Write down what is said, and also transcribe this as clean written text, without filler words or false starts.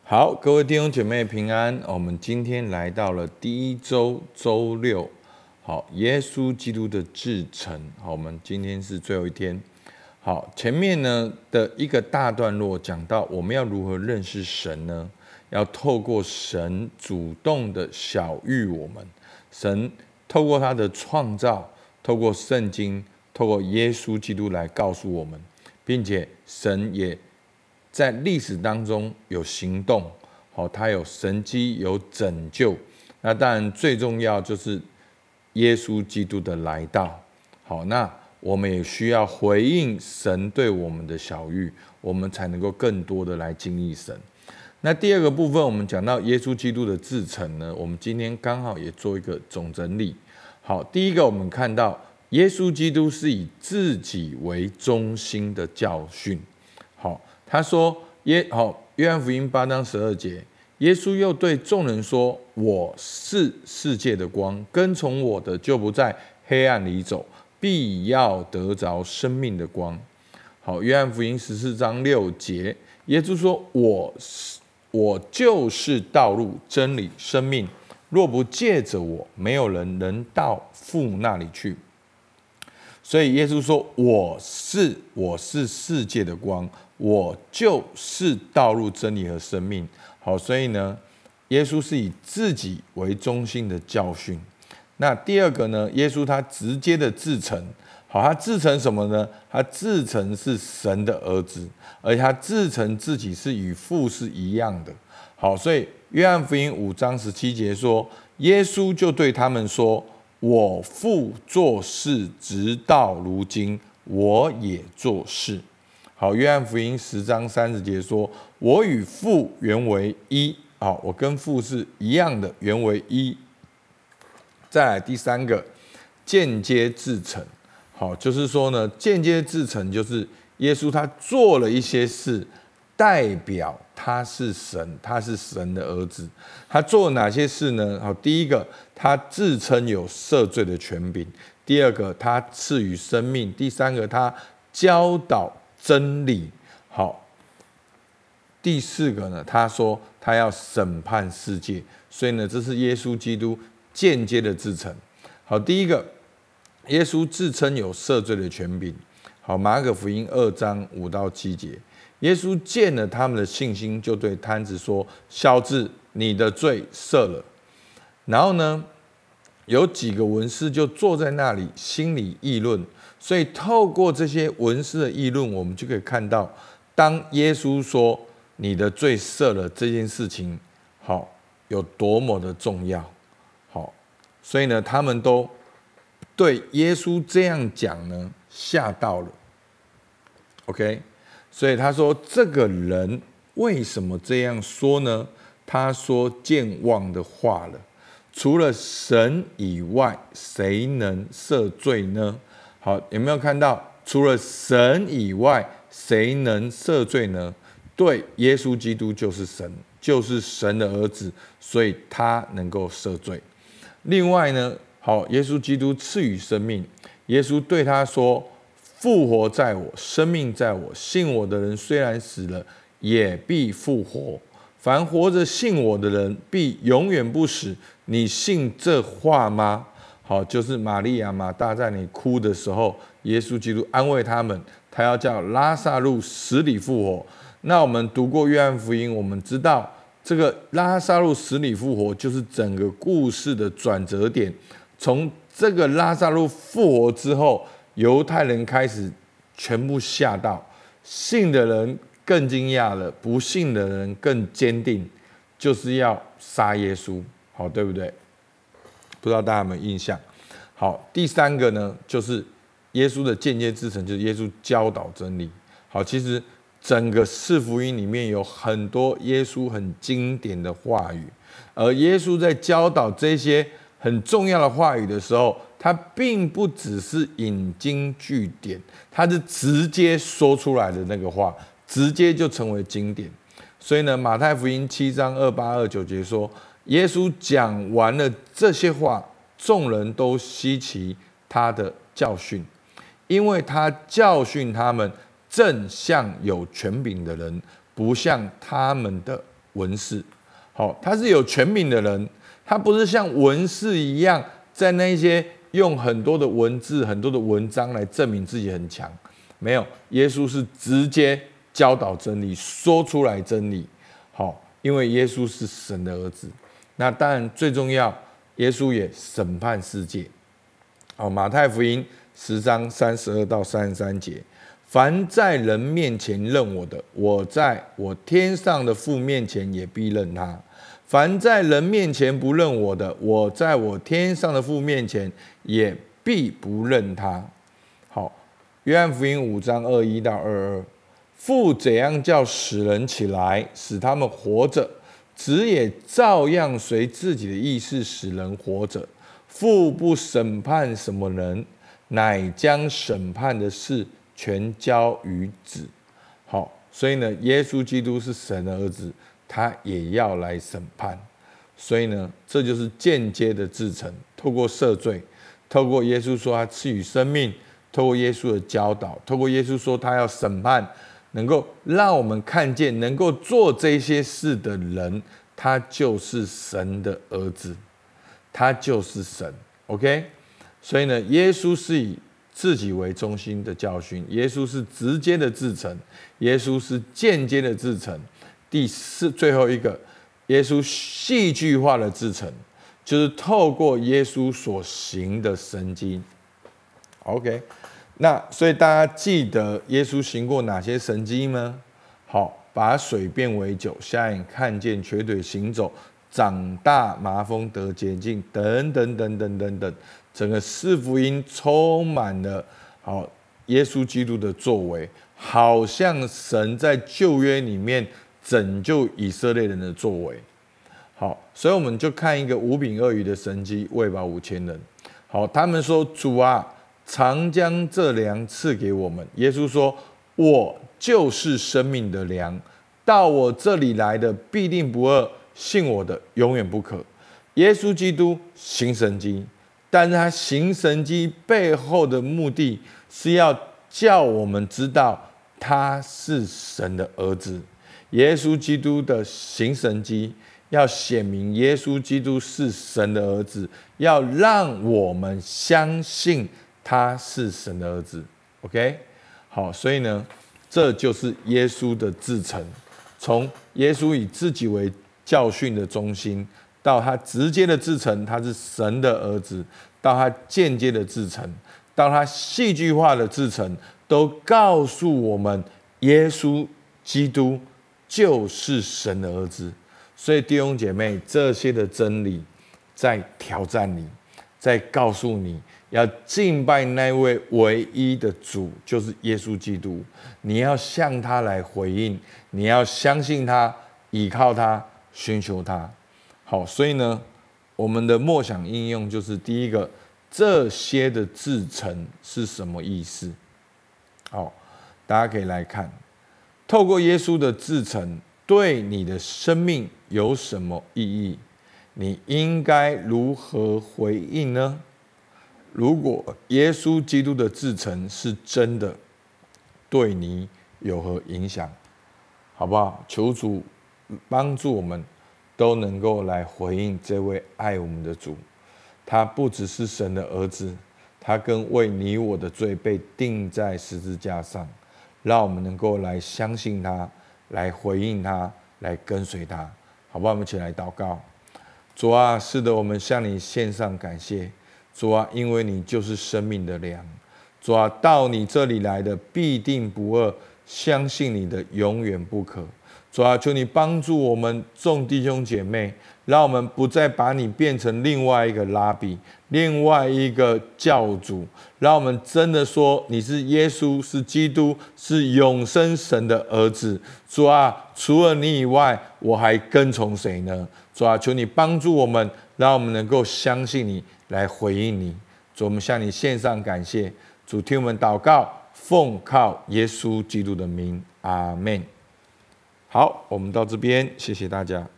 好，各位弟兄姐妹平安。我们今天来到了第一周周六。好，耶稣基督的至诚。好，我们今天是最后一天。好，前面呢的一个大段落讲到我们要如何认识神呢？要透过神主动的晓谕我们，神透过他的创造，透过圣经，透过耶稣基督来告诉我们，并且神也在历史当中有行动，好，他有神迹，有拯救。那当然最重要就是耶稣基督的来到。好，那我们也需要回应神对我们的晓谕，我们才能够更多的来经历神。那第二个部分，我们讲到耶稣基督的至诚呢，我们今天刚好也做一个总整理。好，第一个我们看到耶稣基督是以自己为中心的教训。好，他说约翰福音8章12节，耶稣又对众人说：“我是世界的光，跟从我的就不在黑暗里走，必要得着生命的光。”好，约翰福音14章6节，耶稣说：“我就是道路、真理、生命，若不借着我，没有人能到父那里去。”所以耶稣说：“我是世界的光，我就是道路、真理和生命。”好，所以呢，耶稣是以自己为中心的教训。那第二个呢，耶稣他直接的自称，好，他自称什么呢？他自称是神的儿子，而且他自称自己是与父是一样的。好，所以约翰福音5章17节说，耶稣就对他们说：“我父做事，直到如今，我也做事。”好，约翰福音10章30节说：“我与父原为一。”好，我跟父是一样的，原为一。再来第三个，间接自成。好，就是说呢，间接自成就是耶稣他做了一些事，代表他是神，他是神的儿子。他做了哪些事呢？好，第一个，他自称有赦罪的权柄；第二个，他赐予生命；第三个，他教导真理。好，第四个呢，他说他要审判世界，所以呢，这是耶稣基督间接的自称。好，第一个，耶稣自称有赦罪的权柄。好，马可福音2章5到7节，耶稣见了他们的信心，就对摊子说：“小子，你的罪赦了。”然后呢，有几个文士就坐在那里，心里议论。所以透过这些文士的议论，我们就可以看到，当耶稣说你的罪赦了这件事情，好，有多么的重要。好，所以呢，他们都对耶稣这样讲呢，吓到了。OK， 所以他说这个人为什么这样说呢？他说健忘的话了。除了神以外，谁能赦罪呢？好，有没有看到？除了神以外，谁能赦罪呢？对，耶稣基督就是神，就是神的儿子，所以他能够赦罪。另外呢，好，耶稣基督赐予生命，耶稣对他说：“复活在我，生命在我，信我的人虽然死了，也必复活。凡活着信我的人，必永远不死。你信这话吗？”好，就是玛利亚、马大在你哭的时候，耶稣基督安慰他们，他要叫拉撒路死里复活。那我们读过约翰福音，我们知道这个拉撒路死里复活，就是整个故事的转折点。从这个拉撒路复活之后，犹太人开始全部吓到，信的人更惊讶了，不信的人更坚定，就是要杀耶稣。好，对不对？不知道大家有没有印象？好，第三个呢，就是耶稣的间接自称，就是耶稣教导真理。好，其实整个四福音里面有很多耶稣很经典的话语，而耶稣在教导这些很重要的话语的时候，他并不只是引经据典，他是直接说出来的那个话，直接就成为经典。所以呢，马太福音7章28、29节说，耶稣讲完了这些话，众人都稀奇他的教训，因为他教训他们正像有权柄的人，不像他们的文士。好，他是有权柄的人，他不是像文士一样，在那些用很多的文字、很多的文章来证明自己很强。没有，耶稣是直接教导真理，说出来真理。好，因为耶稣是神的儿子。那当然最重要，耶稣也审判世界。好，马太福音10章32到33节。凡在人面前认我的，我在我天上的父面前也必认他；凡在人面前不认我的，我在我天上的父面前也必不认他。好，约翰福音5章21到22。父怎样叫死人起来，使他们活着，子也照样随自己的意思使人活着。父不审判什么人，乃将审判的事全交于子。好，所以呢，耶稣基督是神的儿子，他也要来审判。所以呢，这就是间接的制成，透过赦罪，透过耶稣说他赐予生命，透过耶稣的教导，透过耶稣说他要审判，能够让我们看见，能够做这些事的人，他就是神的儿子，他就是神。OK， 所以呢，耶稣是以自己为中心的教训，耶稣是直接的制成，耶稣是间接的制成。最后一个，耶稣戏剧化的制成，就是透过耶稣所行的神迹。OK， 那所以大家记得耶稣行过哪些神迹吗？好，把水变为酒，瞎眼看见，瘸腿行走，长大麻风得洁净，等等等等等等。整个四福音充满了好耶稣基督的作为，好像神在旧约里面拯救以色列人的作为。好，所以我们就看一个5饼2鱼的神迹，喂饱5000人。好，他们说：“主啊，常将这粮赐给我们。”耶稣说：“我就是生命的粮，到我这里来的必定不饿，信我的永远不渴。”耶稣基督行神迹。但是他行神迹背后的目的是要叫我们知道他是神的儿子。耶稣基督的行神迹要显明耶稣基督是神的儿子，要让我们相信他是神的儿子。OK， 好，所以呢，这就是耶稣的至诚，从耶稣以自己为教训的中心，到他直接的至诚，他是神的儿子，到他间接的至诚，到他戏剧化的至诚，都告诉我们耶稣基督就是神的儿子。所以弟兄姐妹，这些的真理在挑战你，在告诉你要敬拜那位唯一的主，就是耶稣基督。你要向他来回应，你要相信他，依靠他，寻求他。好，所以呢，我们的默想应用就是第一个，这些的至诚是什么意思？好，大家可以来看，透过耶稣的至诚，对你的生命有什么意义？你应该如何回应呢？如果耶稣基督的至诚是真的，对你有何影响？好不好？求主帮助我们都能够来回应这位爱我们的主。他不只是神的儿子，他更为你我的罪被钉在十字架上，让我们能够来相信他，来回应他，来跟随他。好不好？我们一起来祷告。主啊，是的，我们向你献上感谢。主啊，因为你就是生命的粮。主啊，到你这里来的必定不饿，相信你的永远不渴。主啊，求你帮助我们众弟兄姐妹，让我们不再把你变成另外一个拉比，另外一个教主，让我们真的说你是耶稣，是基督，是永生神的儿子。主啊，除了你以外，我还跟从谁呢？主啊，求你帮助我们，让我们能够相信你，来回应你。主，我们向你献上感谢。主，听我们祷告，奉靠耶稣基督的名，阿们。好，我们到这边，谢谢大家。